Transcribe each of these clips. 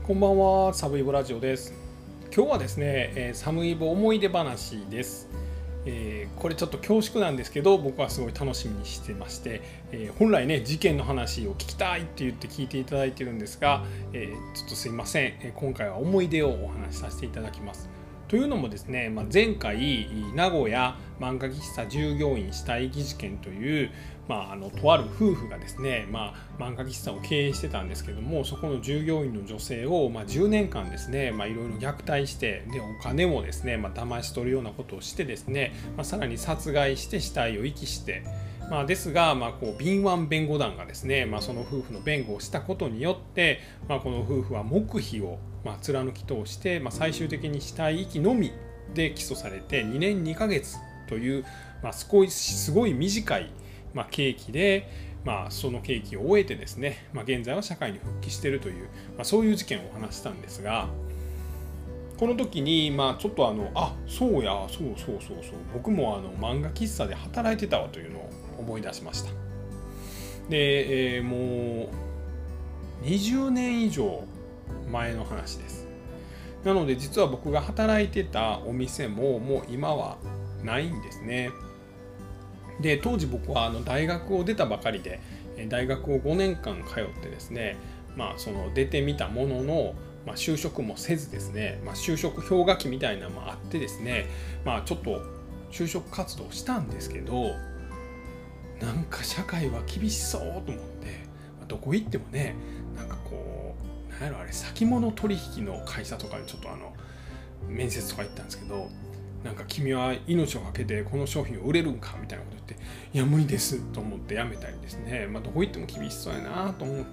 こんばんは、サブイボラジオです。今日はですね、サムイボ思い出話です。これちょっと恐縮なんですけど、僕はすごい楽しみにしてまして、本来ね、事件の話を聞きたいって言って聞いていただいてるんですが、ちょっとすいません、今回は思い出をお話しさせていただきます。というのもですね、前回名古屋漫画喫茶従業員死体遺棄事件という、とある夫婦がですね、漫画喫茶を経営してたんですけども、そこの従業員の女性を、10年間ですね、いろいろ虐待して、でお金もですね、騙し取るようなことをしてですね、さらに殺害して死体を遺棄して、ですが、敏腕弁護団がですね、その夫婦の弁護をしたことによって、この夫婦は黙秘を貫き通して、最終的に死体遺棄のみで起訴されて2年2ヶ月という、すごい短い、刑期で、その刑期を終えてですね、現在は社会に復帰しているという、そういう事件をお話したんですが、この時に、ちょっとそう僕も漫画喫茶で働いてたわというのを思い出しました。で、もう20年以上前の話です。なので実は僕が働いてたお店ももう今はないんですね。で、当時僕は大学を出たばかりで、大学を5年間通ってですね、その出てみたものの、就職もせずですね、就職氷河期みたいなのもあってですね、ちょっと就職活動したんですけど、なんか社会は厳しそうと思って、どこ行ってもね、なんかこう、なんやろあれ、先物取引の会社とかにちょっと面接とか行ったんですけど、なんか君は命を懸けてこの商品を売れるんかみたいなこと言って、いや無理ですと思って辞めたりですね、どこ行っても厳しそうやなと思って、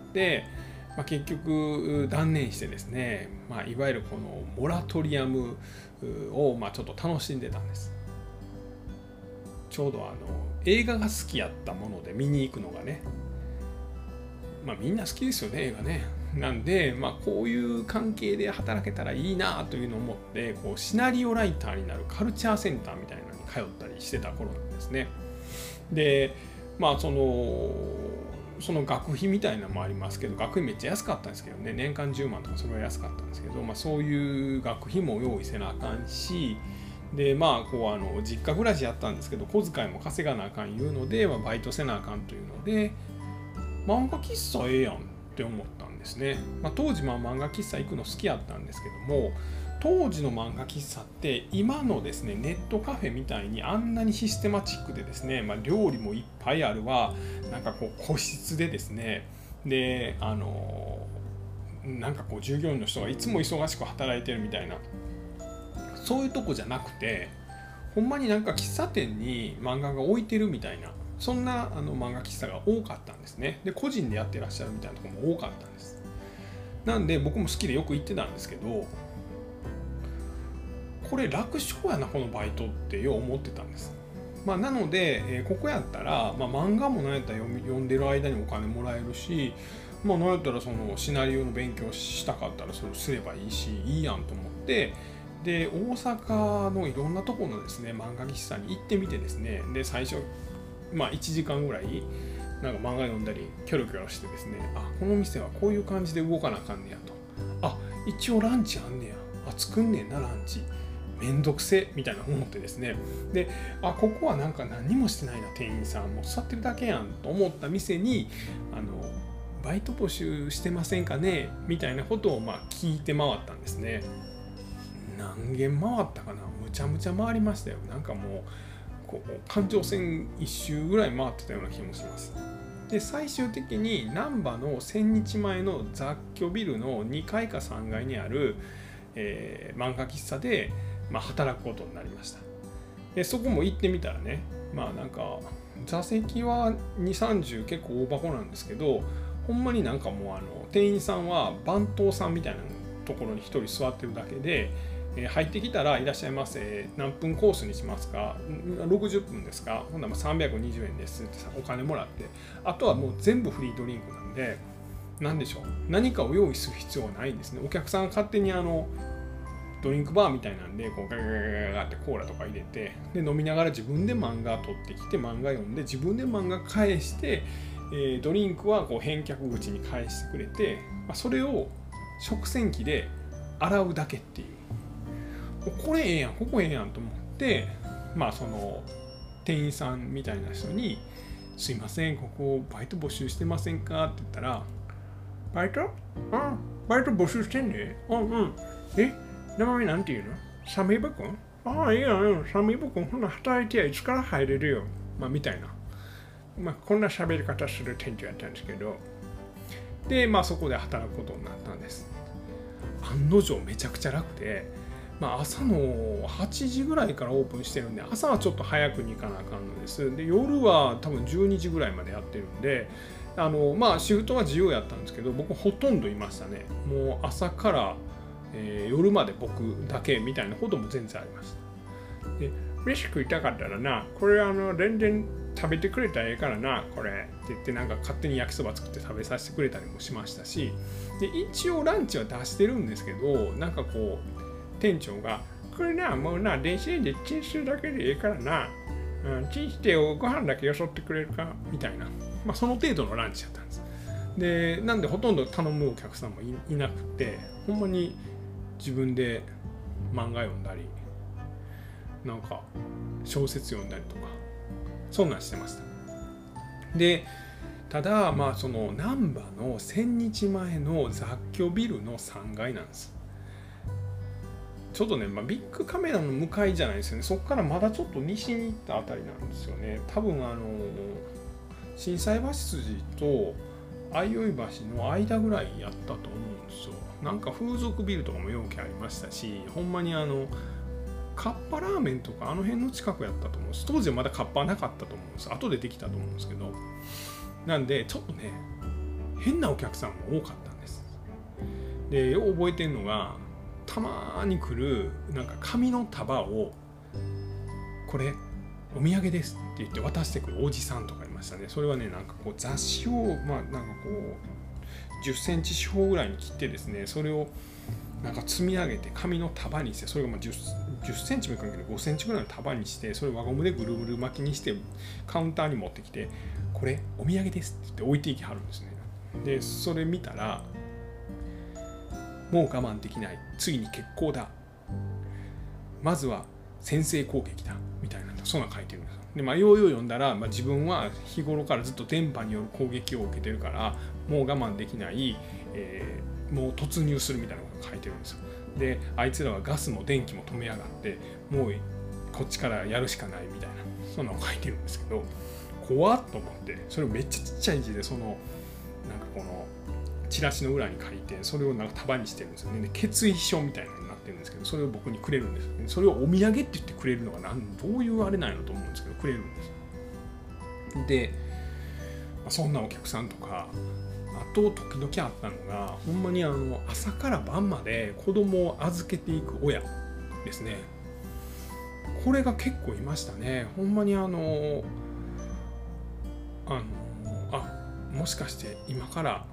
結局断念してですね、いわゆるこのモラトリアムをちょっと楽しんでたんです。ちょうど映画が好きやったもので見に行くのがね、みんな好きですよね、映画ね。なんで、こういう関係で働けたらいいなというのを思って、こうシナリオライターになるカルチャーセンターみたいなのに通ったりしてた頃なんですね。で、その学費みたいなのもありますけど、学費めっちゃ安かったんですけどね、年間10万とかそれは安かったんですけど、そういう学費も用意せなあかんし、でこう実家暮らしやったんですけど、小遣いも稼がなあかんいうので、バイトせなあかんというので、漫画喫茶ええやんって思ったんですね。当時漫画喫茶行くの好きやったんですけども、当時の漫画喫茶って今のですねネットカフェみたいにあんなにシステマチックでですね、料理もいっぱいあるわ、なんかこう個室でですね、でなんかこう従業員の人がいつも忙しく働いてるみたいな、そういうとこじゃなくて、ほんまになんか喫茶店に漫画が置いてるみたいな、そんな漫画喫茶が多かったんですね。で、個人でやってらっしゃるみたいなところも多かったんです。なんで僕も好きでよく行ってたんですけど、これ楽勝やなこのバイトってよう思ってたんです。なので、ここやったら、漫画も何やったら読んでる間にお金もらえるし、何やったらそのシナリオの勉強したかったらそれをすればいいし、いいやんと思って、で大阪のいろんなところのですね漫画喫茶に行ってみてですね、で最初1時間ぐらいなんか漫画読んだりキョロキョロしてですね、この店はこういう感じで動かなあかんねやと、一応ランチあんねや、作んねんなランチ、めんどくせみたいな思ってですね、でここはなんか何もしてないな、店員さんもう座ってるだけやんと思った店にバイト募集してませんかねみたいなことを聞いて回ったんですね。何軒回ったかな、むちゃむちゃ回りましたよ。なんかもうこう環状線一周ぐらい回ってたような気もします。で最終的に難波の千日前の雑居ビルの2階か3階にある、漫画喫茶で、働くことになりました。でそこも行ってみたらね、なんか座席は2、30結構大箱なんですけど、ほんまになんかもう店員さんは番頭さんみたいなところに1人座ってるだけで、入ってきたらいらっしゃいませ、何分コースにしますか、60分ですか、ほんなら320円ですってお金もらって、あとはもう全部フリードリンクなんで、何でしょう、何かを用意する必要はないんですね。お客さんが勝手にドリンクバーみたいなんでこうガガガガガってコーラとか入れて、で飲みながら自分で漫画取ってきて漫画読んで、自分で漫画返して、ドリンクはこう返却口に返してくれて、それを食洗機で洗うだけっていう、これええやん、ここええやんと思って、まあその店員さんみたいな人にすいません、ここバイト募集してませんかって言ったら、バイト？バイト募集してんね。名前なんていうの？サミーバ君？いいよ、サミーバ君、ほんな働いてや、いつから入れるよ。みたいな。こんな喋り方する店長やったんですけど、で、そこで働くことになったんです。案の定めちゃくちゃ楽で、朝の8時ぐらいからオープンしてるんで、朝はちょっと早くに行かなあかんのです。で、夜は多分12時ぐらいまでやってるんで、シフトは自由やったんですけど、僕ほとんどいましたね。もう朝から、夜まで僕だけみたいなことも全然ありました。で、飯食いたかったらな、これ全然食べてくれたらええからな、これって言ってなんか勝手に焼きそば作って食べさせてくれたりもしましたし、で一応ランチは出してるんですけど、なんかこう店長がこれな、もうな電子レンジでチンするだけでええからな、チンしてご飯だけよそってくれるかみたいな、その程度のランチだったんです。でなんでほとんど頼むお客さんも いなくて、ほんまに自分で漫画読んだりなんか小説読んだりとかそんなんしてました。でただその難波の千日前の雑居ビルの3階なんです。ちょっとね、ビッグカメラの向かいじゃないですよね。そこからまだちょっと西に行ったあたりなんですよね。多分心斎橋筋と相生橋の間ぐらいやったと思うんですよ。なんか風俗ビルとかもよくありましたし、ほんまにカッパラーメンとかあの辺の近くやったと思うんです。当時はまだカッパはなかったと思うんです。後でできたと思うんですけど、なんでちょっとね変なお客さんも多かったんです。でよう覚えてるのが、たまに来るなんか紙の束をこれお土産ですって言って渡してくるおじさんとかいましたね。それはねなんかこう雑誌をなんかこう10センチ四方ぐらいに切ってですね、それをなんか積み上げて紙の束にして、それが10センチもいかないけど5センチぐらいの束にして、それを輪ゴムでぐるぐる巻きにしてカウンターに持ってきて、これお土産ですって言って置いていきはるんですね。でそれ見たら、もう我慢できない、次に決行だ、まずは先制攻撃だみたいな、そんな書いてるんですよ。でようよう読んだら、自分は日頃からずっと電波による攻撃を受けてるから、もう我慢できない、もう突入するみたいなことが書いてるんですよ。であいつらはガスも電気も止めやがって、もうこっちからやるしかないみたいな、そんなの書いてるんですけど、怖っと思って、それをめっちゃちっちゃい字でなんかこのチラシの裏に書いて、それをなんか束にしてるんですよね。で決意書みたいなのになってるんですけど、それを僕にくれるんですよね。それをお土産って言ってくれるのがどういうあれなんやろと思うんですけど、くれるんです。でそんなお客さんとか、あと時々あったのが、ほんまに朝から晩まで子供を預けていく親ですね。これが結構いましたね。ほんまにもしかして今から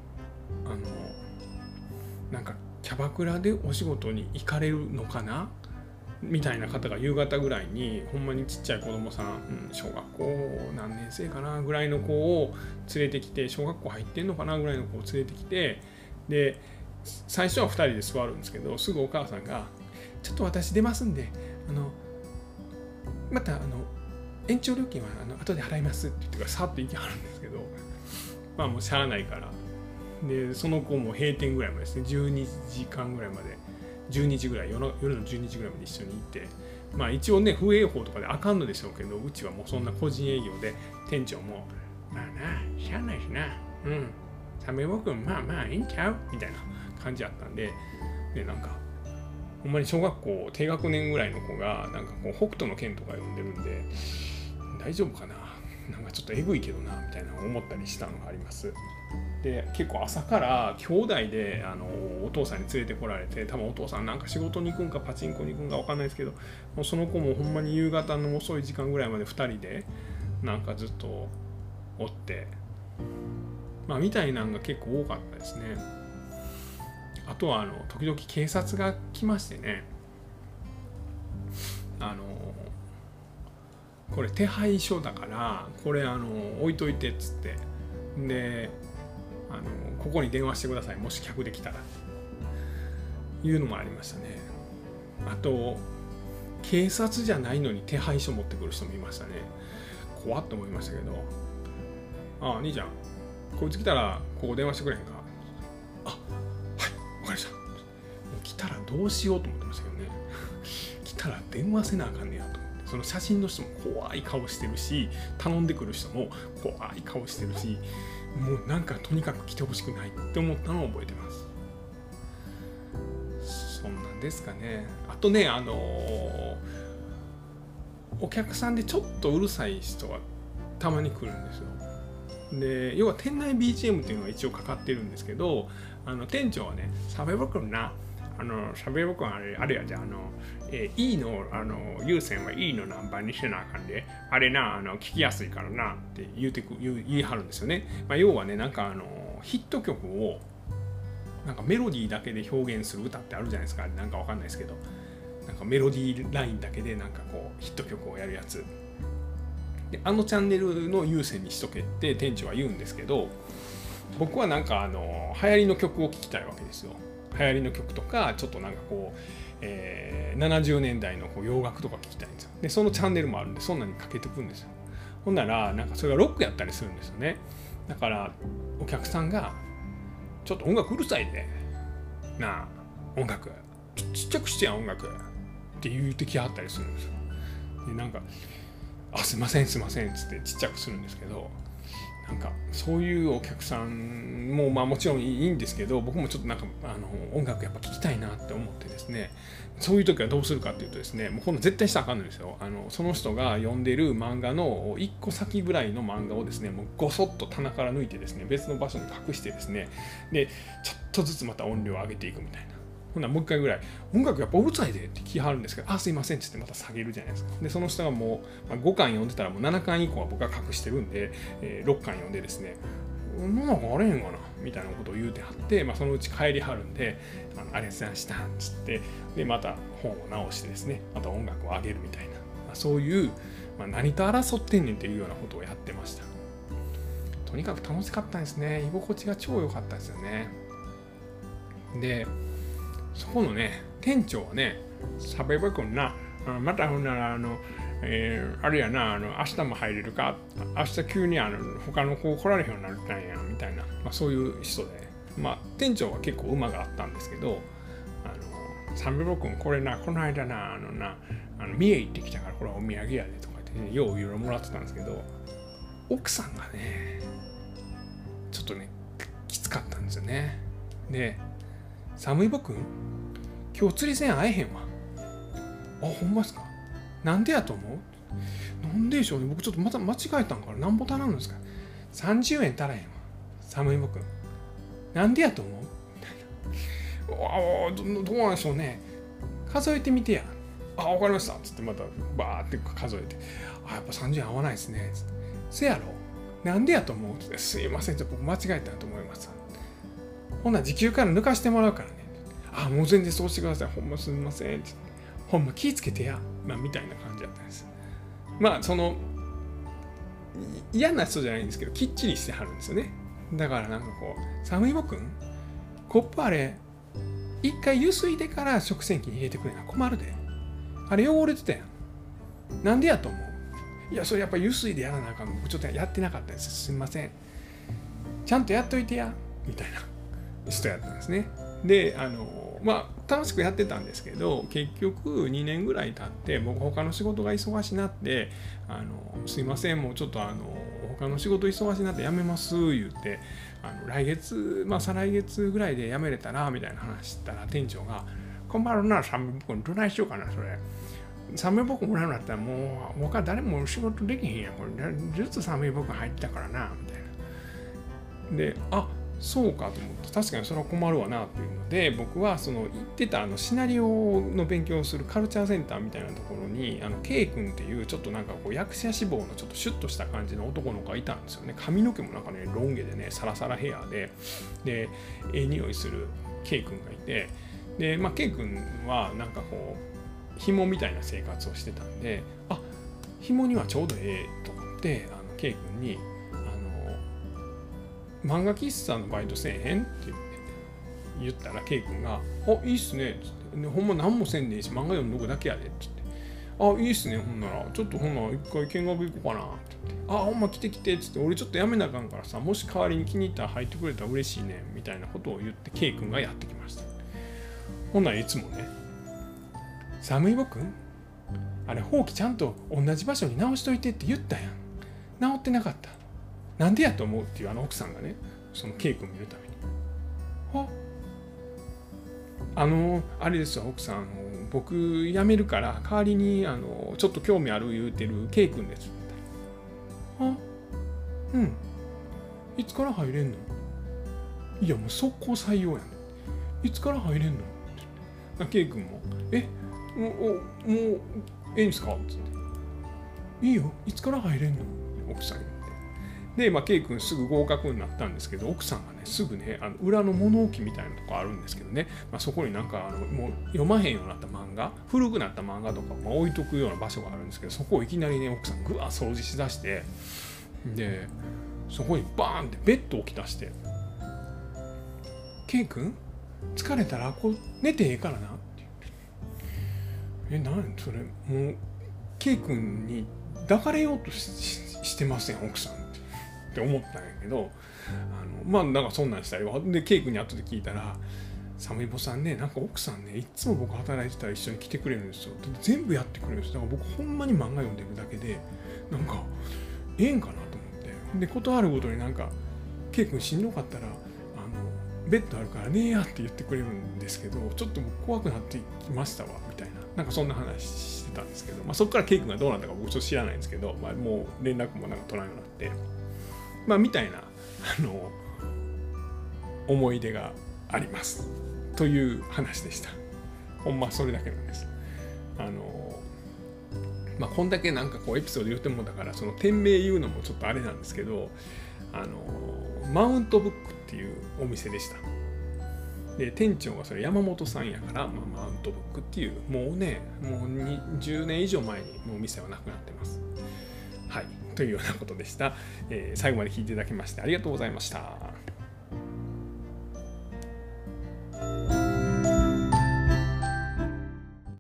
なんかキャバクラでお仕事に行かれるのかなみたいな方が夕方ぐらいに、ほんまにちっちゃい子供さん、小学校何年生かなぐらいの子を連れてきて、小学校入ってんのかなぐらいの子を連れてきて、で最初は2人で座るんですけど、すぐお母さんがちょっと私出ますんで、また延長料金は後で払いますって言ってからさっと行きはるんですけど、もうしゃあないから、でその子も閉店ぐらいまでですね、12時間ぐらいまで、12時ぐらい、夜の12時ぐらいまで一緒に行って、一応ね風営法とかであかんのでしょうけど、うちはもうそんな個人営業で、店長もしゃあないしな、サメボ君いいんちゃうみたいな感じやったんで、なんかほんまに小学校低学年ぐらいの子がなんかこう北斗の拳とか読んでるんで、大丈夫かな、なんかちょっとエグいけどなみたいな思ったりしたのがあります。で結構朝から兄弟でお父さんに連れてこられて、多分お父さんなんか仕事に行くんかパチンコに行くんか分かんないですけど、もうその子もほんまに夕方の遅い時間ぐらいまで2人でなんかずっとおって、みたいなのが結構多かったですね。あとは時々警察が来ましてね、これ手配書だからこれ置いといてっつって、でここに電話してください、もし客できたら。 いうのもありましたね。あと警察じゃないのに手配書持ってくる人もいましたね。怖っと思いましたけど、ああ兄ちゃんこいつ来たらここ電話してくれへんか。あ、はい、わかりました。もう来たらどうしようと思ってましたけどね。来たら電話せなあかんねやと思って、その写真の人も怖い顔してるし、頼んでくる人も怖い顔してるし、もうなんかとにかく来てほしくないって思ったのを覚えてます。そんなんですかね。あとね、お客さんでちょっとうるさい人がたまに来るんですよ。で、要は店内 BGM っていうのが一応かかってるんですけど、店長はね、喋るくんな、喋るくんあれやじゃE の有線は E の何番にしてなあかんで、あれな聞きやすいからなって言い張るんですよね。要はね、なんかヒット曲をなんかメロディーだけで表現する歌ってあるじゃないですか。なんかわかんないですけど、なんかメロディーラインだけでなんかこうヒット曲をやるやつで、チャンネルの有線にしとけって店長は言うんですけど、僕はなんか流行りの曲を聴きたいわけですよ。流行りの曲とかちょっとなんかこう、70年代のこう洋楽とか聴きたいんですよ。でそのチャンネルもあるんで、そんなにかけてくんですよ。ほんならなんかそれがロックやったりするんですよね。だからお客さんがちょっと音楽うるさいでなあ、音楽ちっちゃくしてやん音楽って言うてきはったりするんですよ。でなんかすいませんすいませんっつってちっちゃくするんですけど、なんかそういうお客さんももちろんいいんですけど、僕もちょっとなんか音楽やっぱ聴きたいなって思ってですね、そういう時はどうするかっていうとですね、もう今度絶対したらあかんのですよ。その人が読んでる漫画の1個先ぐらいの漫画をですね、もうごそっと棚から抜いてですね、別の場所に隠してですね、でちょっとずつまた音量を上げていくみたいな。ほんならもう一回ぐらい音楽やっぱうるさいでって聞きはるんですけど、すいませんって言ってまた下げるじゃないですか。でその人がもう、5巻読んでたらもう7巻以降は僕が隠してるんで、6巻読んでですね、なんかあれへんかなみたいなことを言うてはって、そのうち帰りはるんで、ありがとうございましたっつって、でまた本を直してですね、また音楽を上げるみたいな、そういう、何と争ってんねんっていうようなことをやってました。とにかく楽しかったんですね。居心地が超良かったですよね。でそこのね、店長はね、サベバ君な、またほんならあれやな、明日も入れるか、明日急に他の子来られへんようになるんやみたいな、そういう人で、店長は結構馬があったんですけど、サベバ君これな、この間な、三重行ってきたからこれお土産やでとか言って、ね、よういろいろもらってたんですけど、奥さんがね、ちょっとね、きつかったんですよね。で、寒い僕今日釣り線会えへんわ。ほんまですか。なんでやと思う。なんででしょうね。僕ちょっとまた間違えたんからなんぼ頼むんですか。30円足らへんわ。寒い僕なんでやと思うみたいな。どうなんでしょうね。数えてみてや。わかりましたつってまたバーって数えて、やっぱ30円合わないですねつって、せやろなんでやと思うって、すいませんちょっと僕間違えたと思います。ほんなら時給から抜かしてもらうからね。もう全然そうしてください。ほんますみませんって。ほんま気ぃつけてや。みたいな感じだったんです。その嫌な人じゃないんですけど、きっちりしてはるんですよね。だからなんかこう、寒いぼくん、コップあれ、一回ゆすいでから食洗機に入れてくれな困るで。あれ汚れてたやん。なんでやと思う。いや、それやっぱゆすいでやらなあかん。僕ちょっとやってなかったです。すみません。ちゃんとやっといてや。みたいな人やったんですね。で、楽しくやってたんですけど、結局2年ぐらい経って僕他の仕事が忙しになってすいませんもうちょっと他の仕事忙しになって辞めます言って来月再来月ぐらいで辞めれたらみたいな話したら、店長が困るな300僕どないしようかなそれ300僕もらうんだったらもう他誰も仕事できへんやんこれずつ300僕入ったからなみたいな。でそうかと思って、確かにそれは困るわなっていうので、僕はその行ってたシナリオの勉強をするカルチャーセンターみたいなところにK 君っていうちょっとなんかこう役者志望のちょっとシュッとした感じの男の子がいたんですよね。髪の毛もなんかねロン毛でねサラサラヘアで匂いする K 君がいて、でK 君はなんかこう紐みたいな生活をしてたんで、紐にはちょうどと思ってK 君に漫画喫茶のバイトせえへんって言って言ったら K 君が「あいいっすね」っつって「ほんま何もせんねえし漫画読んどくだけやで」っつって「あいいっすねほんならちょっとほんなら一回見学行こうかな」って言って「あほんま来て来て」っつって「俺ちょっとやめなあかんからさもし代わりに気に入ったら入ってくれたら嬉しいね」みたいなことを言って K 君がやってきました。ほんならいつもね「寒いぼくんあれほうきちゃんと同じ場所に直しといてって言ったやん直ってなかったなんでやと思う」っていう奥さんがねその K 君見るためにあれですよ奥さん僕辞めるから代わりにちょっと興味ある言うてる K 君ですうんいつから入れんのいやもう速攻採用やんいつから入れんのって K 君ももうええんすかっていいよいつから入れんの奥さんにで、K 君すぐ合格になったんですけど奥さんがねすぐね裏の物置みたいなとこあるんですけどね、そこになんかもう読まへんようになった漫画古くなった漫画とかを置いとくような場所があるんですけどそこをいきなりね奥さんぐわ掃除しだしてでそこにバーンってベッド置き出して「K 君疲れたらこう寝てええからな」何それもう K 君に抱かれようとしてません奥さんって思ったんやけどなんかそんなんしたりで K 君に後で聞いたら「寒いぼさんねなんか奥さんねいつも僕働いてたら一緒に来てくれるんですよ」全部やってくれるんですだから僕ほんまに漫画読んでるだけでなんかええんかなと思ってでことあるごとになんか「K 君しんどかったらベッドあるからねえや」って言ってくれるんですけどちょっと僕怖くなってきましたわみたいななんかそんな話してたんですけど、そこから K 君がどうなったか僕ちょっと知らないんですけど、もう連絡もなんか取らんようになってみたいな思い出がありますという話でした。ほんまそれだけなんです。こんだけなんかこうエピソード言ってもだからその店名言うのもちょっとあれなんですけどマウントブックっていうお店でした。で店長がそれ山本さんやから、マウントブックっていうもう10年以上前にもうお店はなくなってます。はいというようなことでした。最後まで聞いていただきましてありがとうございました。